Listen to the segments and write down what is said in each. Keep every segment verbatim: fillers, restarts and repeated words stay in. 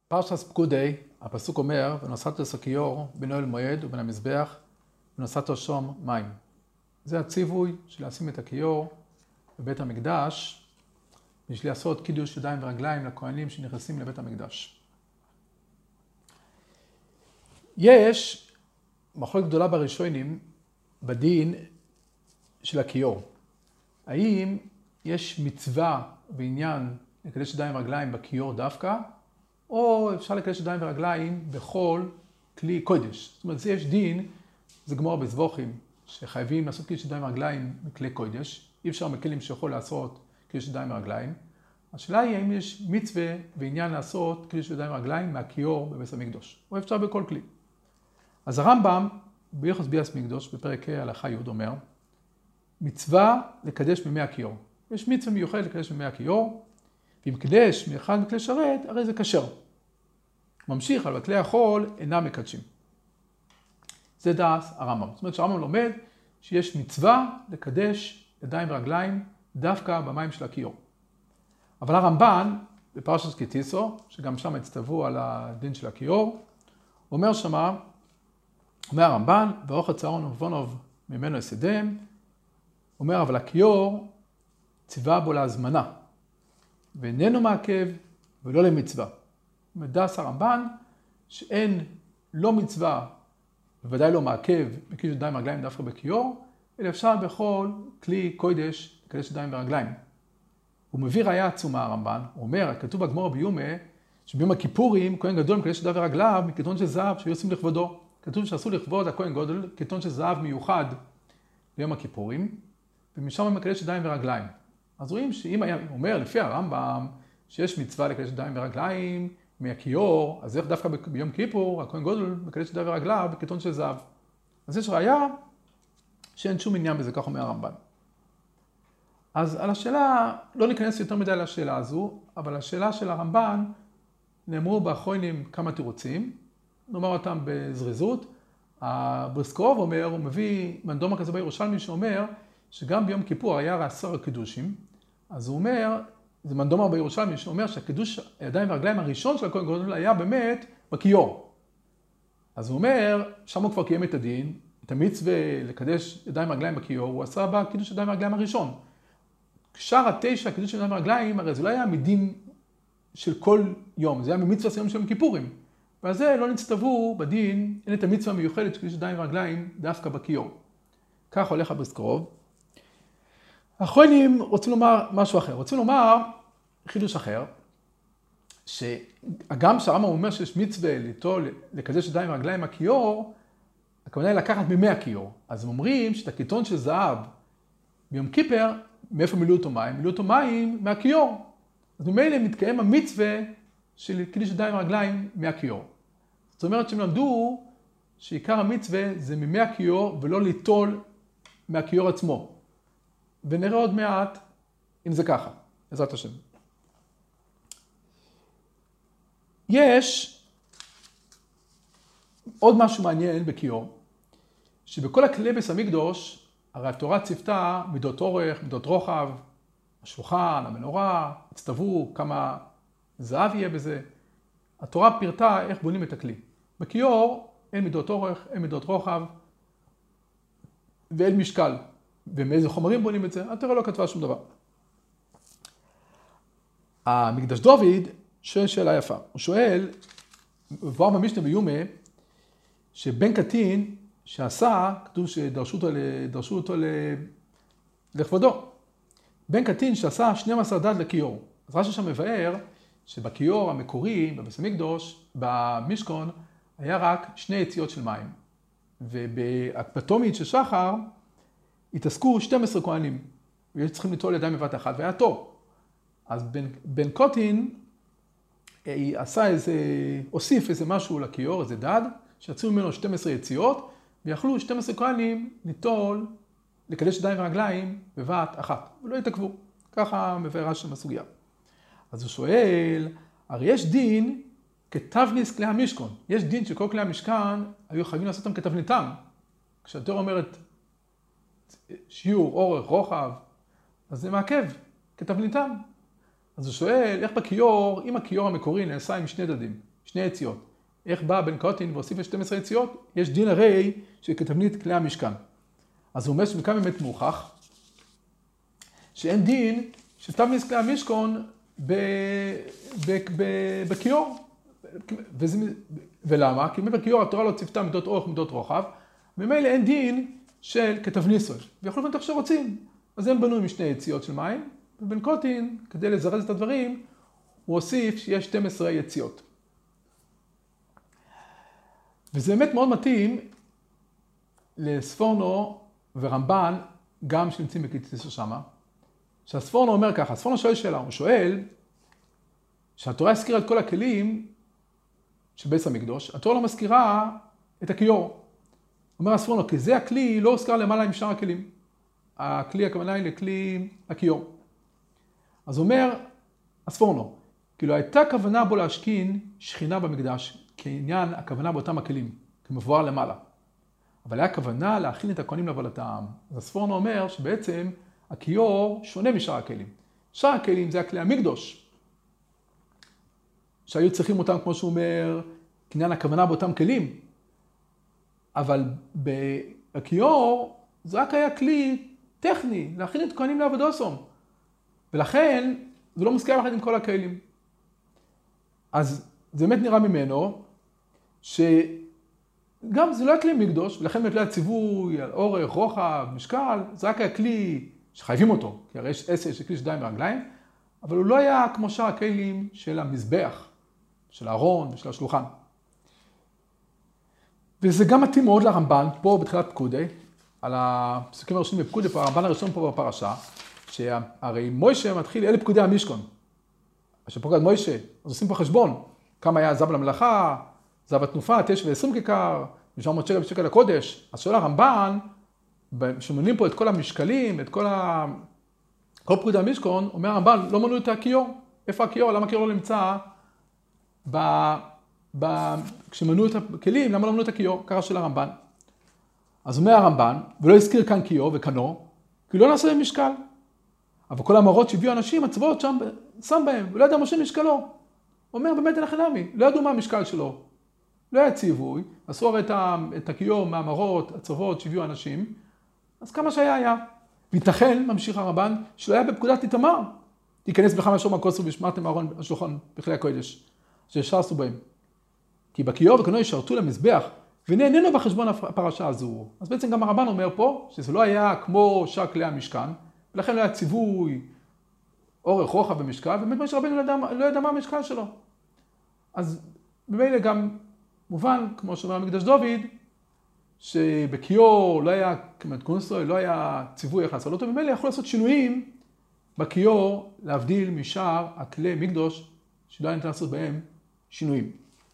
פרשת פקודי, הפסוק אומר, ונשאת את הכיור בין אוהל מועד ובין המזבח, ונשאת שום מים. זה הציווי של לשים את הכיור בבית המקדש, בשביל לעשות קידוש ידיים ורגליים לכהנים שנכנסים לבית המקדש. יש מחלוקת גדולה בראשונים בדין של הכיור. האם יש מצווה בעניין לקדש ידיים ורגליים בכיור דווקא, או אפשר לקדש ידיים ורגליים בכל כלי קודש. זאת אומרת, יש דין, זה גמור בזבוכים, שחייבים לעשות קדש ידיים ורגליים מכלי קודש. אי אפשר מכלים שיכול לעשות קדש ידיים ורגליים. השאלה היא האם יש מצווה בעניין לעשות קדש ידיים ורגליים מהכיור בבית המקדש, או אפשר בכל כלי. אז הרמב"ם, בהלכות ביאת המקדש, בפרק ה' הלכה י' אומר, מצווה לקדש ממי הכיור. יש מצווה מיוחדת לקדש ממי הכיור, ואם קדש מאחד מכלי שרת, הרי זה כשר. ממשיך, אבל כלי החול אינם מקדשים. זה דעת הרמב"ם. זאת אומרת שהרמב"ם לומד שיש מצווה לקדש ידיים ורגליים דווקא במים של הכיור. אבל הרמב"ן, בפרשת כי תישא, שגם שם הצטוו על הדין של הכיור, אומר שמה, אומר הרמב"ן, ואורך הצהרון ובונוב ממנו יסדם, אומר, אבל הכיור ציווה בו להזמנה, ואיננו מעכב ולא למצווה. מדס הרמב"ן שאין לא מצווה, בוודאי לא מעכב, בקידוש ידיים ורגליים דווקא בכיור, אלא אפשר בכל כלי קודש לקדש ידיים ורגליים. הוא מביא ראיה עצומה הרמב"ן, הוא אומר, כתוב בגמרא ביומא, שביום הכיפורים כהן גדול מקדש ידיו ורגליו מכתון של זהב שהיו עושים לכבודו. כתוב שעשו לכבוד הכהן גדול כתון של זהב מיוחד ליום הכיפורים, ומשם מקדש ידיים ורגליים. אז רואים שאם היה אומר לפי הרמב"ם שיש מצווה לקדש ידיים ורגליים מהכיור, אז איך דווקא ביום כיפור הכהן גדול מקדש ידיו ורגליו בכתון של זהב. אז יש ראיה שאין שום עניין בזה, כך אומר הרמב"ן. אז על השאלה, לא ניכנס יותר מדי לשאלה הזו, אבל השאלה של הרמב"ן נאמרו באחרונים כמה תירוצים, נאמר אותם בזריזות. הבריסקרוב אומר, הוא מביא מנדומה כזה בירושלמי שאומר שגם ביום כיפור היה עשר הקידושים, אז הוא אומר, זה מנדומה בירושלמי שאומר שהקידוש הידיים והרגליים הראשון של הכהן גדול היה באמת בכיור. אז הוא אומר, שם הוא כבר קיים את הדין, את המצווה לקדש ידיים ורגליים בכיור, הוא עשה בקידוש ידיים ורגליים הראשון. שאר התשע, קידוש ידיים ורגליים, הרי זה לא היה מדין של כל יום, זה היה ממצווה סיום של יום כיפורים. ועל זה לא נצטוו בדין, אין את המצווה המיוחדת של קידוש ידיים ורגליים דווקא בכיור. כך הולך הבריסקרוב. האחרונים רוצים לומר משהו אחר. רוצים לומר חידוש אחר, שגם שהרמב"ם אומר שיש מצווה ליטול לקדש ידיים ורגליים מהכיור, הכוונה היא לקחת ממי הכיור. אז הם אומרים שאת הכתון של זהב ביום כיפר, מאיפה מילאו אותו מים? מילאו אותו מים מהכיור. אז ממילא מתקיים המצווה של קידוש ידיים ורגליים מהכיור. זאת אומרת שהם למדו שעיקר המצווה זה ממי הכיור ולא ליטול מהכיור עצמו. ונראה עוד מעט אם זה ככה, בעזרת השם. יש עוד משהו מעניין בכיור, שבכל הכלי בית המקדש, הרי התורה ציוותה מידות אורך, מידות רוחב, השולחן, המנורה, הצטוו כמה זהב יהיה בזה. התורה פירטה איך בונים את הכלי. בכיור אין מידות אורך, אין מידות רוחב, ואין משקל. ומאיזה חומרים בונים את זה? התורה לא כתבה שום דבר. המקדש דוד שואל שאלה יפה. הוא שואל, כבר במשנה ביומא, שבן קטין שעשה, כתוב שדרשו אותו, דרשו אותו לכבודו. בן קטין שעשה שנים עשר דד לכיור. אז רש"י שם מבאר שבכיור המקורי, בבית המקדש, במשכון, היה רק שני יציאות של מים. ובפתומית של שחר, התעסקו שנים עשר כהנים, והיו צריכים ליטול ידיים בבת אחת, והיה טוב. אז בן, בן קוטין עשה איזה, הוסיף איזה משהו לכיור, איזה דד, שיצאו ממנו שתים עשרה יציאות, ויכלו שנים עשר כהנים ליטול, לקדש ידיים ורגליים בבת אחת, ולא התעכבו. ככה מבאר שם הסוגיה. אז הוא שואל, הרי יש דין כתבניס כלי המשכון. יש דין שכל כלי המשכן היו חייבים לעשות אותם כתבניתם. כשהתורה אומרת שיעור, אורך, רוחב, אז זה מעכב כתבניתם. אז הוא שואל, איך בכיור, אם הכיור המקורי נעשה עם שני דדים, שני יציאות. איך בא בן קוטין והוסיף שתים עשרה יציאות? יש דין הרי של כתבנית כלי המשכן. אז הוא אומר שמכאן באמת מוכח, שאין דין שתבנית כלי המשכון בכיור. ולמה? כי בכיור התורה לא ציפתה מידות אורך ומידות רוחב, ממילא אין דין של כתבניסוי. ויכולו לבטח שרוצים. אז הם בנו משני יציאות של מים, ובן קוטין, כדי לזרז את הדברים, הוא הוסיף שיש שתים עשרה יציאות. וזה באמת מאוד מתאים לספורנו ורמב"ן, גם שנמצאים בקיציסו שמה, שהספורנו אומר ככה, הספורנו שואל שאלה, הוא שואל שהתורה הזכירה את כל הכלים של בית המקדוש, התורה לא מזכירה את הכיור. אומר הספורנו, כי זה הכלי לא הוזכר למעלה עם שאר הכלים. הכלי הכוונה היא לכלי הכיור. אז אומר הספורנו, כאילו הייתה כוונה בו להשכין שכינה במקדש, כעניין הכוונה באותם הכלים, כמבואר למעלה. אבל היה כוונה להכין את הכהנים לעבודתם. אז הספורנו אומר שבעצם הכיור שונה משאר הכלים. שאר הכלים זה הכלי המקדוש, שהיו צריכים אותם, כמו שהוא אומר, כעניין הכוונה באותם כלים. אבל בכיור זה רק היה כלי טכני, להכין את הכהנים לעבודתם. ולכן זה לא מוזכר יחד עם כל הכלים. אז זה באמת נראה ממנו שגם זה לא היה כלי מקדוש, ולכן באמת לא היה ציווי על אורך, רוחב, משקל, זה רק היה כלי שחייבים אותו, כי הרי יש עשר של כלי שדיים ורגליים, אבל הוא לא היה כמו שאר הכלים של המזבח, של הארון ושל השולחן. וזה גם מתאים מאוד לרמב"ן, פה בתחילת פקודי, על הפסוקים הראשונים בפקודי, פה הרמב"ן הראשון פה בפרשה, שהרי מוישה מתחיל, אלה פקודי המשכון. כשפוקד מוישה, אז עושים פה חשבון, כמה היה זב למלאכה, זב התנופה, תשע ועשרים כיכר, שבע מאות שקל בשקל הקודש. אז שואל הרמב"ן, שמונים פה את כל המשקלים, את כל, ה... כל פקודי המשכון, אומר הרמב"ן, לא מנו את הכיור. איפה הכיור? למה הכיור לא נמצא? ב... ב... כשמנו את הכלים, למה לא מנו את הכיור? ככה של הרמב"ן. אז אומר הרמב"ן, ולא הזכיר כאן כיור וכנו, כי לא נעשה במשקל. אבל כל המראות שהביאו אנשים, הצבאות שם, שם בהם, ולא ידע משה משקלו. אומר באמת אין החינמי, לא ידעו מה המשקל שלו. לא היה ציווי, עשו הרי את הכיור מהמראות, הצבאות שהביאו אנשים, אז כמה שהיה היה. ויתכן, ממשיך הרמב"ן, שלא היה בפקודת איתמר. תיכנס בחמש שור מהכוס ובשמרתם אהרון השולחן בכלי הקודש, ששרסו בהם. כי בכיור וכנו ישרתו למזבח, ונהנינו בחשבון הפרשה הזו. אז בעצם גם הרמב"ן אומר פה, שזה לא היה כמו שאר כלי המשכן, ולכן לא היה ציווי, אורך, רוחב ומשקל, ובאמת משה רבנו לא ידע, לא ידע מה המשקל שלו. אז במילא גם מובן, כמו שאומר מקדש דוד, שבכיור לא היה, כמעט קונסטרוי, לא היה ציווי איך לעשות אותו, במילא יכול לעשות שינויים בכיור, להבדיל משאר הכלי מקדוש, שלא היה ניתן לעשות בהם שינויים.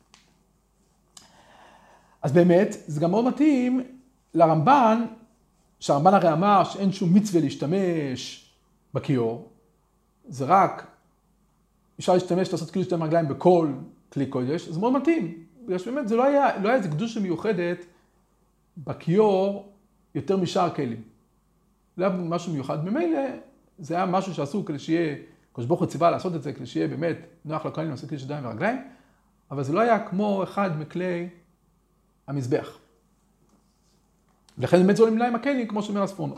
אז באמת, זה גם מאוד מתאים לרמב"ן, שהרמב"ן הרי אמר שאין שום מצווה להשתמש בכיור, זה רק, אפשר להשתמש, לעשות כאילו שתי רגליים בכל כלי קודש, זה מאוד מתאים. בגלל שבאמת זה לא היה, לא היה איזה קדושה מיוחדת בכיור יותר משאר כלים. לא היה משהו מיוחד. ממילא זה היה משהו שעשו כדי שיהיה, הקדוש ברוך הוא ציווה לעשות את זה, כדי שיהיה באמת נוח לכהנים לעשות כלי של ידיים ורגליים, אבל זה לא היה כמו אחד מכלי המזבח. ולכן באמת זה לא נמלה עם הכלים, כמו שאומר הספורנו.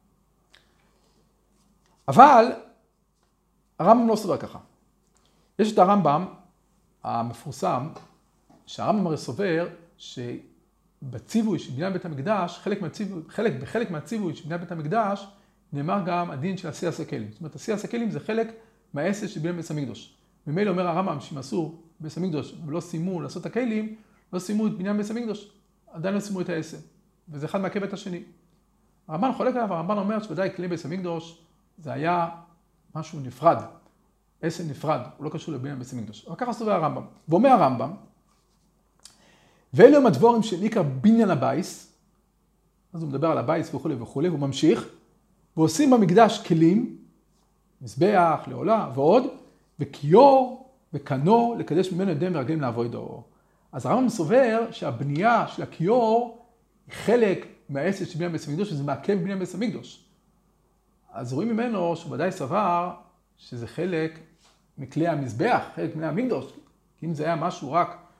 אבל הרמב"ם לא סובר ככה. יש את הרמב"ם המפורסם, שהרמב"ם הרי סובר שבציווי של בניין בית המקדש, חלק מהציווי, חלק, בחלק מהציווי של בניין בית המקדש, נאמר גם הדין של עשיית הכלים. זאת אומרת, עשיית הכלים זה חלק מהעשר של בניין בית המקדש. ממילא אומר הרמב"ם שאם עשו בית המקדש ולא סיימו לעשות את הכלים, לא סיימו את בניין בית המקדש, עדיין לא סיימו את העשר. וזה אחד מעכב את השני. הרמב"ן חולק עליו, הרמב"ן אומר שוודאי כלי בית המקדש זה היה משהו נפרד, עשר נפרד, הוא לא קשור לבניין בית המקדש. אבל ככה סובר הרמב"ם. ואומר הרמב"ם, ואלו הם הדבורים של עיקר בניין הבייס, אז הוא מדבר על הבייס וכו' וכו', הוא ממשיך, ועושים במקדש כלים, מזבח, לעולה ועוד, וכיור וכנו לקדש ממנו ידיהם ורגלים לעבודו. אז הרמב"ם סובר שהבנייה של הכיור היא חלק מהעשר של בניין בית המקדש, שזה מעכב בניין בית המקדש. אז רואים ממנו שוודאי סבר שזה חלק מכלי המזבח, חלק מכלי המקדש. כי אם זה היה משהו רק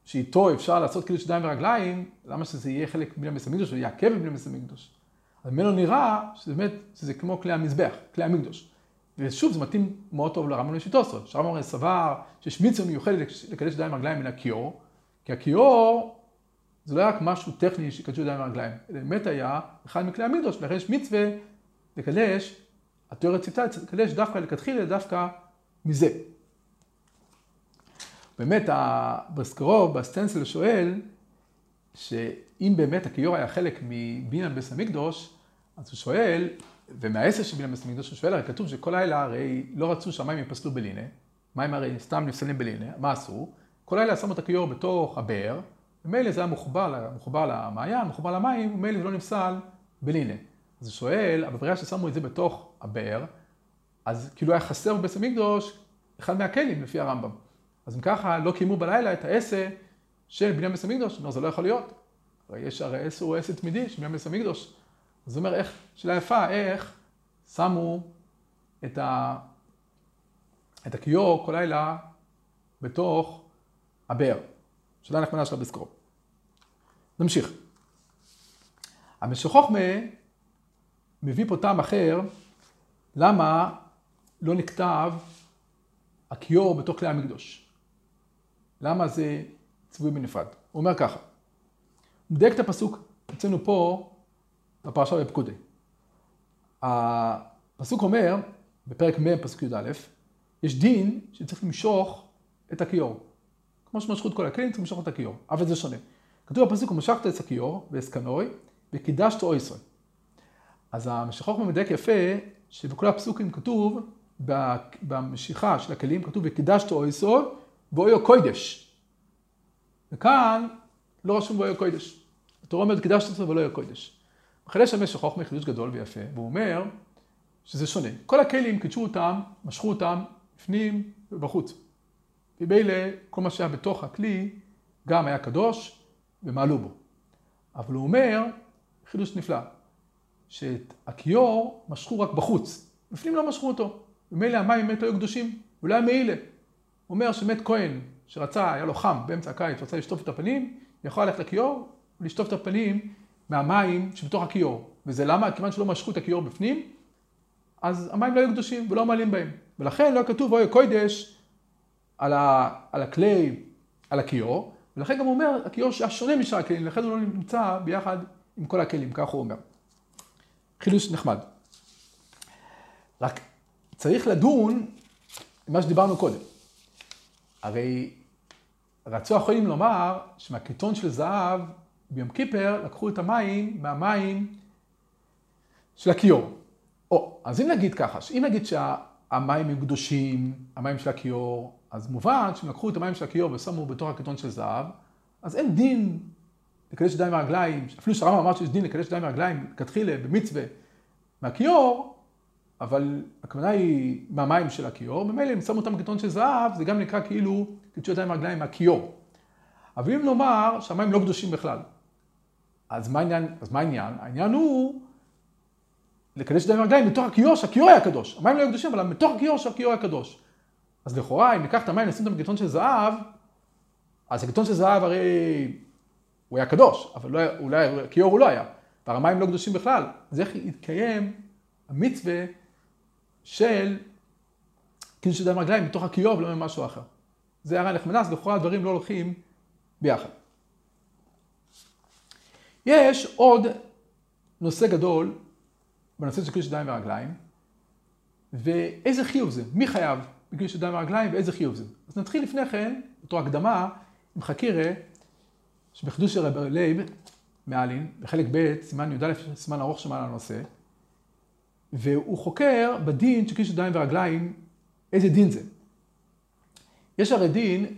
שאיתו אפשר לעשות קידוש ידיים ורגליים, למה שזה יהיה חלק מבניין בית המקדוש, ויעכב בבניין בית המקדוש? אז ממנו נראה שזה באמת, שזה כמו כלי המזבח, כלי המקדוש. ושוב, זה מתאים מאוד טוב לרמב"ם לשיטוסו. שהרמב"ם הרי סבר שיש מצווה מיוחדת לקדש ידיים ורגליים מן הכיור, כי הכיור זה לא היה רק משהו טכני שקדשו ידיים ורגליים, אלא באמת היה אחד מכלי המקדוש, ולכן יש מצווה לקדש, התיאוריה ציטה לקדש דווקא, לכתחילה דווקא מזה. באמת, ברסקרוב, בסטנסל שואל, שאם באמת הכיור היה חלק מבניין בית המקדוש, אז הוא שואל, ומהעשר של בניין בית המקדוש הוא שואל, הרי כתוב שכל לילה הרי לא רצו שהמים יפסלו בלינה, מים הרי סתם נפסלים בלינה, מה עשו? כל לילה שמו את הכיור בתוך הבאר, ומילא זה היה מחובר, מחובר למעיין, מחובר למים, ומילא זה לא נפסל בלינה. אז הוא שואל, אבל ברגע ששמו את זה בתוך הבאר, אז כאילו היה חסר בבית המקדוש אחד מהכלים לפי הרמב"ם. אז אם ככה לא קיימו בלילה את העשר של בניין בית המקדוש, זה לא יכול להיות. הרי יש הרי עשר הוא עשר תמידי של בניין בית המקדוש. אז הוא אומר, איך, שאלה יפה, איך שמו את, ה, את הכיור כל לילה בתוך הבאר. שאלה נחמדה של הבסקרוב. נמשיך. המשך חוכמה מביא פה טעם אחר, למה לא נכתב הכיור בתוך כלי המקדוש. למה זה ציווי בנפרד? הוא אומר ככה, הוא מדייק את הפסוק, אצלנו פה בפרשה בפקודי. הפסוק אומר, בפרק מ' פסוק י"א, יש דין שצריך למשוך את הכיור. כמו שמשכו את כל הכלים, צריך למשוך את הכיור, אבל זה שונה. כתוב בפסוק, הוא משכת את הכיור והסקנוי, וקידשת או ישראל. אז המשך חוכמה מדייק יפה, שבכל הפסוקים כתוב, במשיכה של הכלים, כתוב וקידשת או ישראל, ואויו קוידש. וכאן לא רשום ואויו קוידש. התורה אומרת קידשת אותו ולא אויו קוידש. מחדש המשך חוכמה חידוש גדול ויפה, והוא אומר שזה שונה. כל הכלים קידשו אותם, משכו אותם, בפנים ובחוץ. ובאלה, כל מה שהיה בתוך הכלי, גם היה קדוש ומעלו בו. אבל הוא אומר, חידוש נפלא, שהכיור משכו רק בחוץ, בפנים לא משכו אותו. ומילא המים באמת היו קדושים, אולי מעילה. הוא אומר שמת כהן שרצה, היה לו חם באמצע הקיץ, רצה לשטוף את הפנים, יכול ללכת לכיור ולשטוף את הפנים מהמים שבתוך הכיור. וזה למה? כיוון שלא משכו את הכיור בפנים, אז המים לא היו קדושים ולא מעלים בהם. ולכן לא כתוב אוי קוידש על, ה, על הכלי, על הכיור, ולכן גם הוא אומר, הכיור שונה משאר הכלים, לכן הוא לא נמצא ביחד עם כל הכלים, כך הוא אומר. חידוש נחמד. רק צריך לדון עם מה שדיברנו קודם. הרי רצו החולים לומר שמהקיטון של זהב ביום כיפר לקחו את המים מהמים של הכיור. או, אז אם נגיד ככה, אם נגיד שהמים הם קדושים, המים של הכיור, אז מובן שהם לקחו את המים של הכיור ושמו בתוך הקיטון של זהב, אז אין דין לקדש ידיים ורגליים, אפילו שהרמב"ם אמר שיש דין לקדש ידיים ורגליים, כתחילה במצווה מהכיור, אבל הכוונה היא מהמים של הכיור, ממילא אם שמו אותם בקיטון של זהב, זה גם נקרא כאילו קדשו ידיים ורגליים מהכיור. אבל אם נאמר שהמים לא קדושים בכלל, אז מה העניין? אז מה העניין? העניין הוא לקדש ידיים ורגליים מתוך הכיור שהכיור היה קדוש. המים לא היו קדושים, אבל מתוך הכיור שהכיור היה קדוש. אז לכאורה, אם ניקח את המים ונשים אותם בקיטון של זהב, אז הקיטון של זהב הרי הוא היה קדוש, אבל לא, אולי הכיור הוא לא היה. והמים לא קדושים בכלל. אז איך יתקיים המצווה של קידוש ידיים ורגליים מתוך הכיור ולא ממשהו אחר. זה הרי נחמדה, אז לכאורה הדברים לא הולכים ביחד. יש עוד נושא גדול בנושא של קידוש ידיים ורגליים, ואיזה חיוב זה? מי חייב בקידוש ידיים ורגליים ואיזה חיוב זה? אז נתחיל לפני כן, אותו הקדמה, עם חקירה, שבחידוש של רבי לייב מעלין, בחלק ב', סימן י"א, סימן ארוך שמה על הנושא, והוא חוקר בדין של קידוש ידיים ורגליים, איזה דין זה. יש הרי דין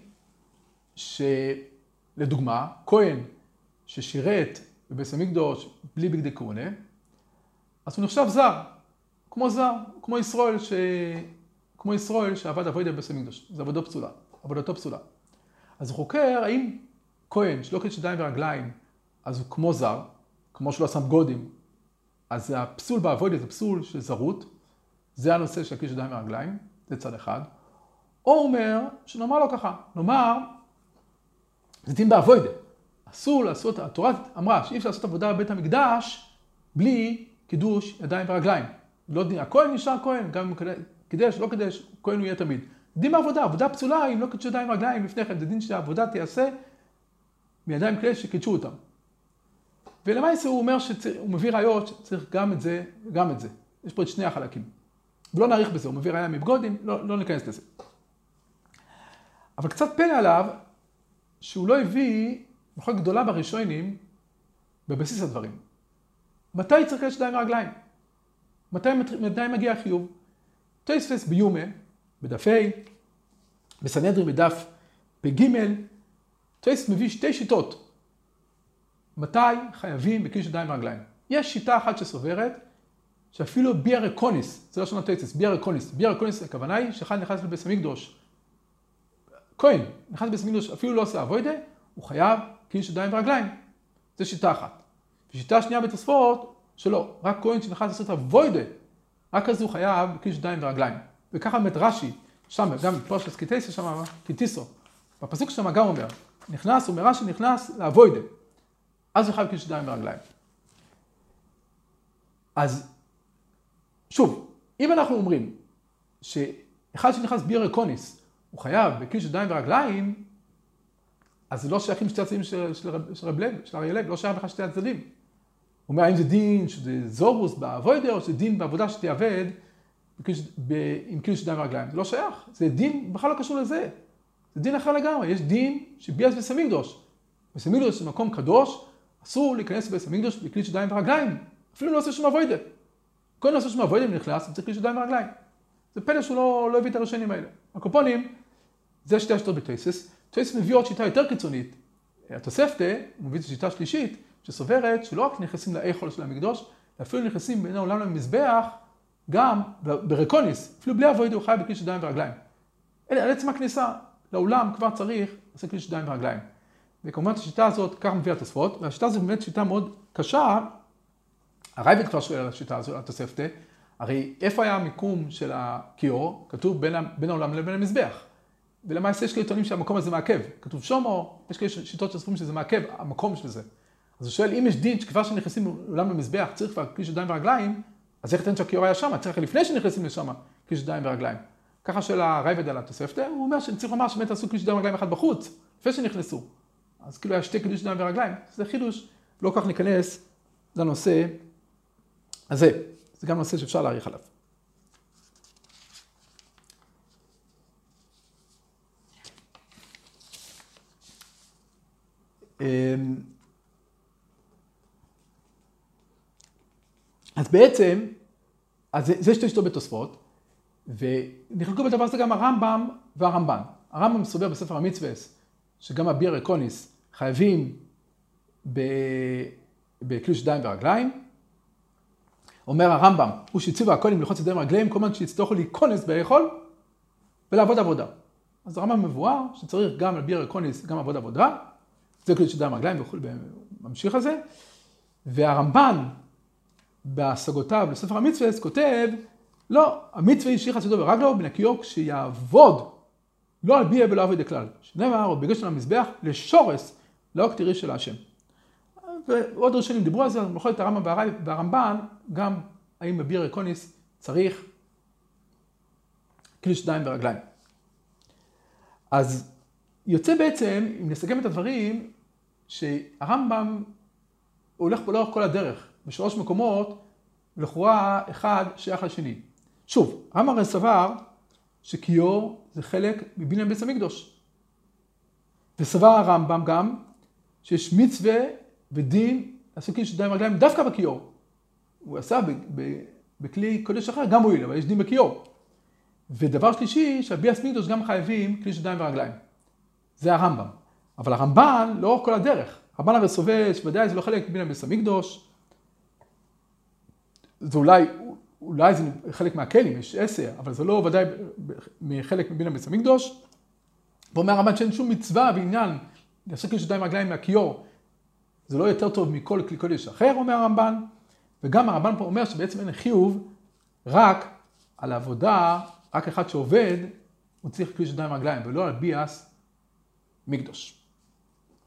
שלדוגמה, כהן ששירת בבית המקדש בלי בגדי כהונה, אז הוא נחשב זר, כמו זר, כמו ישראל, ש... כמו ישראל שעבד עבודה בבית המקדש. זה עבודתו פסולה, עבודתו פסולה. אז הוא חוקר האם כהן שלא קידוש ידיים ורגליים, אז הוא כמו זר, כמו שלא שם גודים, אז הפסול בעבודה זה פסול של זרות, זה הנושא של קידוש ידיים ורגליים, זה צד אחד. או אומר שנאמר לו ככה, נאמר זה דין באבוידה. אסור לעשות, התורה אמרה שאי אפשר לעשות עבודה בבית המקדש בלי קידוש ידיים ורגליים. לא דין, הכהן נשאר כהן, גם אם קידש, לא קידש, כהן הוא יהיה תמיד. דין בעבודה, עבודה פסולה אם לא קידשו ידיים ורגליים לפני כן, זה דין שהעבודה תיעשה מידיים כאלה שקידשו אותם. ולמעשה הוא אומר שהוא מביא ראיות שצריך גם את זה וגם את זה. יש פה את שני החלקים. ולא נאריך בזה, הוא מביא ראיה מבגודים, לא, לא ניכנס לזה. אבל קצת פלא עליו שהוא לא הביא מחלוקת גדולה בראשונים בבסיס הדברים. מתי צריך לקדש ידיים ורגליים? מתי, מתי מגיע החיוב? תוספות ביומה, בדף ה', בסנהדרין בדף פ"ג, תוספות מביא שתי שיטות. מתי חייבים בקידוש ידיים ורגליים? יש שיטה אחת שסוברת, שאפילו ביאר קוניס, זה לא שונה תוספות, ביאר קוניס, ביאר קוניס הכוונה היא שאחד נכנס לבית המקדש. כהן נכנס לבית המקדש, אפילו לא עושה אבוידה, הוא חייב קידוש ידיים ורגליים. זו שיטה אחת. ושיטה שנייה בתוספות, שלא, רק כהן שנכנס לעשות אבוידה, רק אז הוא חייב קידוש ידיים ורגליים. וככה באמת רש"י, שם, גם בפרשת כי תישא שם, כי תישא. בפסוק שם גם אומר, נכנס, אומר רש"י נכנס לאבוידה. אז הוא חייב קידוש ידיים ורגליים. אז, שוב, אם אנחנו אומרים שאחד שנכנס ביאר קוניס, הוא חייב בקידוש ידיים ורגליים, אז זה לא שייכים שתי הצדדים של, של, של רב לב, של אריה לב, לא שייך בכלל שתי הצדדים. הוא אומר, האם זה דין שזה זורוס באבוידה, או שזה דין בעבודה שתעבד עם קידוש ידיים ורגליים. זה לא שייך, זה דין בכלל לא קשור לזה. זה דין אחר לגמרי, יש דין שביאס בית המקדש. בית המקדש זה מקום קדוש, אסור להיכנס לבית המקדש בקידוש ידיים ורגליים. אפילו לא עושה שום אבוידה. כל לא עושה שום אבוידה ונכנס, צריך קידוש ידיים ורגליים. זה פלא שהוא לא, לא הביא את הראשונים האלה. הקופונים, זה שתי השיטות בתוספות. תוספות מביא עוד שיטה יותר קיצונית. התוספתא, הוא מביא את שיטה שלישית, שסוברת שלא רק נכנסים לאכול של המקדש, אפילו נכנסים בין העולם למזבח, גם ברקוניס, אפילו בלי אבוידה הוא חייב בקידוש ידיים ורגליים. אלה, על עצם הכניסה לעולם כבר צריך לעשות קידוש ידיים ורגליים. וכמובן השיטה הזאת, כך מביא התוספות, והשיטה הזאת באמת שיטה מאוד קשה. הרייבד כבר שואל על השיטה הזאת, על התוספתא, הרי איפה היה המיקום של הכיור? כתוב בין, בין העולם לבין המזבח. ולמעשה יש כאלה טוענים שהמקום הזה מעכב. כתוב שומו, יש כאלה שיטות שספרים שזה מעכב, המקום של זה. אז הוא שואל, אם יש דין שכבר שנכנסים לעולם למזבח, צריך כבר קידוש ידיים ורגליים, אז איך תן שהכיור היה שם? צריך לפני שנכנסים לשם קידוש ידיים ורגליים. ככה של הרייבד על התוספתא, הוא אומר שצריך לומר שבאמת עשו קידוש ידיים ורגליים אחד בחוץ, לפני שנכנסו. אז כאילו היה שתי קידוש ידיים ורגליים. זה חידוש, לא כך ניכנס לנושא הזה. זה גם נושא שאפשר להאריך עליו. אז בעצם, אז זה, זה שתי שיטות בתוספות, ונחלקו בדבר הזה גם הרמב"ם והרמב"ן. הרמב"ם מסובר בספר המצוות, שגם הביאר קוניס חייבים בקידוש ידיים ורגליים. אומר הרמב"ם, הוא שהציבו הכהנים ללחוץ ידיים ורגליים, כל הזמן שיצטרכו להיכנס באכול ולעבוד עבודה. אז הרמב"ם מבואר שצריך גם על ביאר קוניס, גם עבוד עבודה, זה קידוש ידיים ורגליים וכו', ממשיך על זה. והרמב"ן, בהשגותיו לספר המצוות, כותב, לא, המצווה היא שיחס ידו ורגלו בנקיו כשיעבוד, לא על ביאר ולא עבוד לכלל. שנאמר, או בגש של המזבח, לשורס, לא כתירי של השם. ועוד ראשונים דיברו על זה, מלכות את הרמב"ם והרמב"ן, גם האם בביאר קוניס צריך קידוש ידיים ורגליים. אז יוצא בעצם, אם נסכם את הדברים, שהרמב"ם הולך פה לאורך כל הדרך, בשלוש מקומות, ולכאורה אחד שייך לשני. שוב, הרמב"ם סבר שכיור זה חלק מבניין בית המקדש. וסבר הרמב"ם גם שיש מצווה ודין לעשות קידוש ידיים ורגליים דווקא בכיור. הוא עשה בכלי קודש אחר, גם מועיל, אבל יש דין בכיור. ודבר שלישי, שהביאס מקדוש גם חייבים קידוש ידיים ורגליים. זה הרמב"ם. אבל הרמב"ן לאורך כל הדרך. הרמב"ן הרי סובר שוודאי זה לא חלק מבניין בית המקדש. זה אולי, אולי זה חלק מהכלים, יש עשר, אבל זה לא ודאי מחלק מבניין בית המקדש. ואומר הרמב"ן שאין שום מצווה ועניין לעשות קידוש ידיים ורגליים מהכיור. זה לא יותר טוב מכל כלי קודש אחר, אומר הרמב"ן. וגם הרמב"ן פה אומר שבעצם אין חיוב רק על העבודה, רק אחד שעובד, הוא צריך קידוש ידיים ורגליים, ולא על ביאס מקדוש.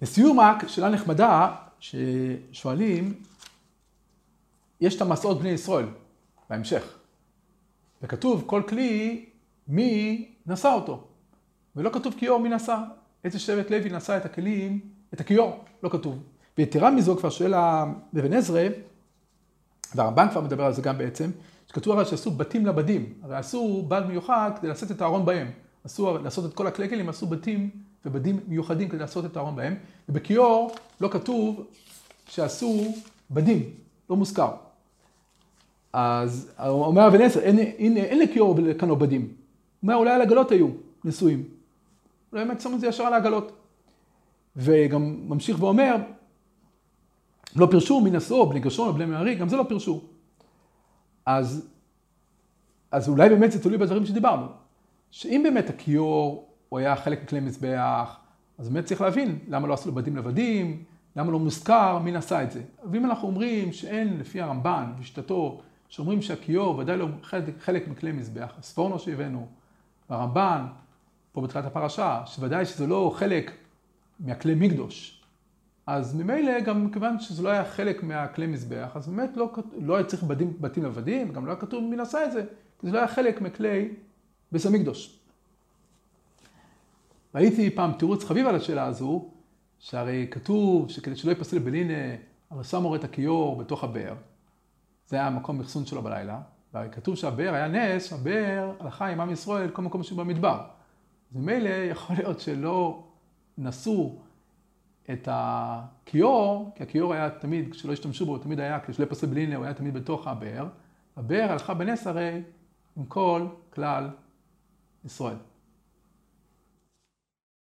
לסיום רק, שאלה נחמדה ששואלים, יש את המסעות בני ישראל, בהמשך. וכתוב כל כלי, מי נשא אותו. ולא כתוב כיור מי נשא. איזה שבט לוי נשא את הכלים, את הכיור, לא כתוב. ויתרה מזו כבר שואל אבן עזרא, והרמב"ן כבר מדבר על זה גם בעצם, שכתוב הרי שעשו בתים לבדים. הרי עשו בד מיוחד כדי לעשות את הארון בהם. עשו לעשות את כל הכלי כלים, עשו בתים ובדים מיוחדים כדי לעשות את הארון בהם. ובכיור לא כתוב שעשו בדים, לא מוזכר. אז הוא אומר אבן עזרא, אין, אין, אין לכיור כאן עבדים. הוא אומר, אולי על עגלות היו נשואים. אולי באמת שמו את זה ישר על העגלות. וגם ממשיך ואומר, לא פרשו מי נשאו, בני גרשון או בני מרי, גם זה לא פרשו. אז, אז אולי באמת זה תלוי בדברים שדיברנו. שאם באמת הכיור הוא היה חלק מכלי מזבח, אז באמת צריך להבין למה לא עשו לו בדים לבדים, למה לא מוזכר, מי נשא את זה. ואם אנחנו אומרים שאין לפי הרמב"ן ושיטתו, שאומרים שהכיור ודאי לא חלק, חלק מכלי מזבח, הספורנו שהבאנו, והרמב"ן, פה בתחילת הפרשה, שוודאי שזה לא חלק מהכלי מקדוש, אז ממילא גם מכיוון שזה לא היה חלק מהכלי מזבח, אז באמת לא, לא היה צריך בתים, בתים לבדים, גם לא היה כתוב מי נשא את זה, כי זה לא היה חלק מכלי בית המקדוש. ראיתי פעם תירוץ חביב על השאלה הזו, שהרי כתוב שכדי שלא ייפסל בלינה, אבל שמו את הכיור בתוך הבאר. זה היה המקום מחסון שלו בלילה. והרי כתוב שהבאר היה נס, הבאר הלכה עם עם ישראל כל מקום שהוא במדבר. אז ממילא יכול להיות שלא נשאו את הכיור, כי הכיור היה תמיד, כשלא השתמשו בו, הוא תמיד היה, כשלא ייפסל בלינה, הוא היה תמיד בתוך הבאר. הבאר הלכה בנס הרי עם כל כלל ישראל.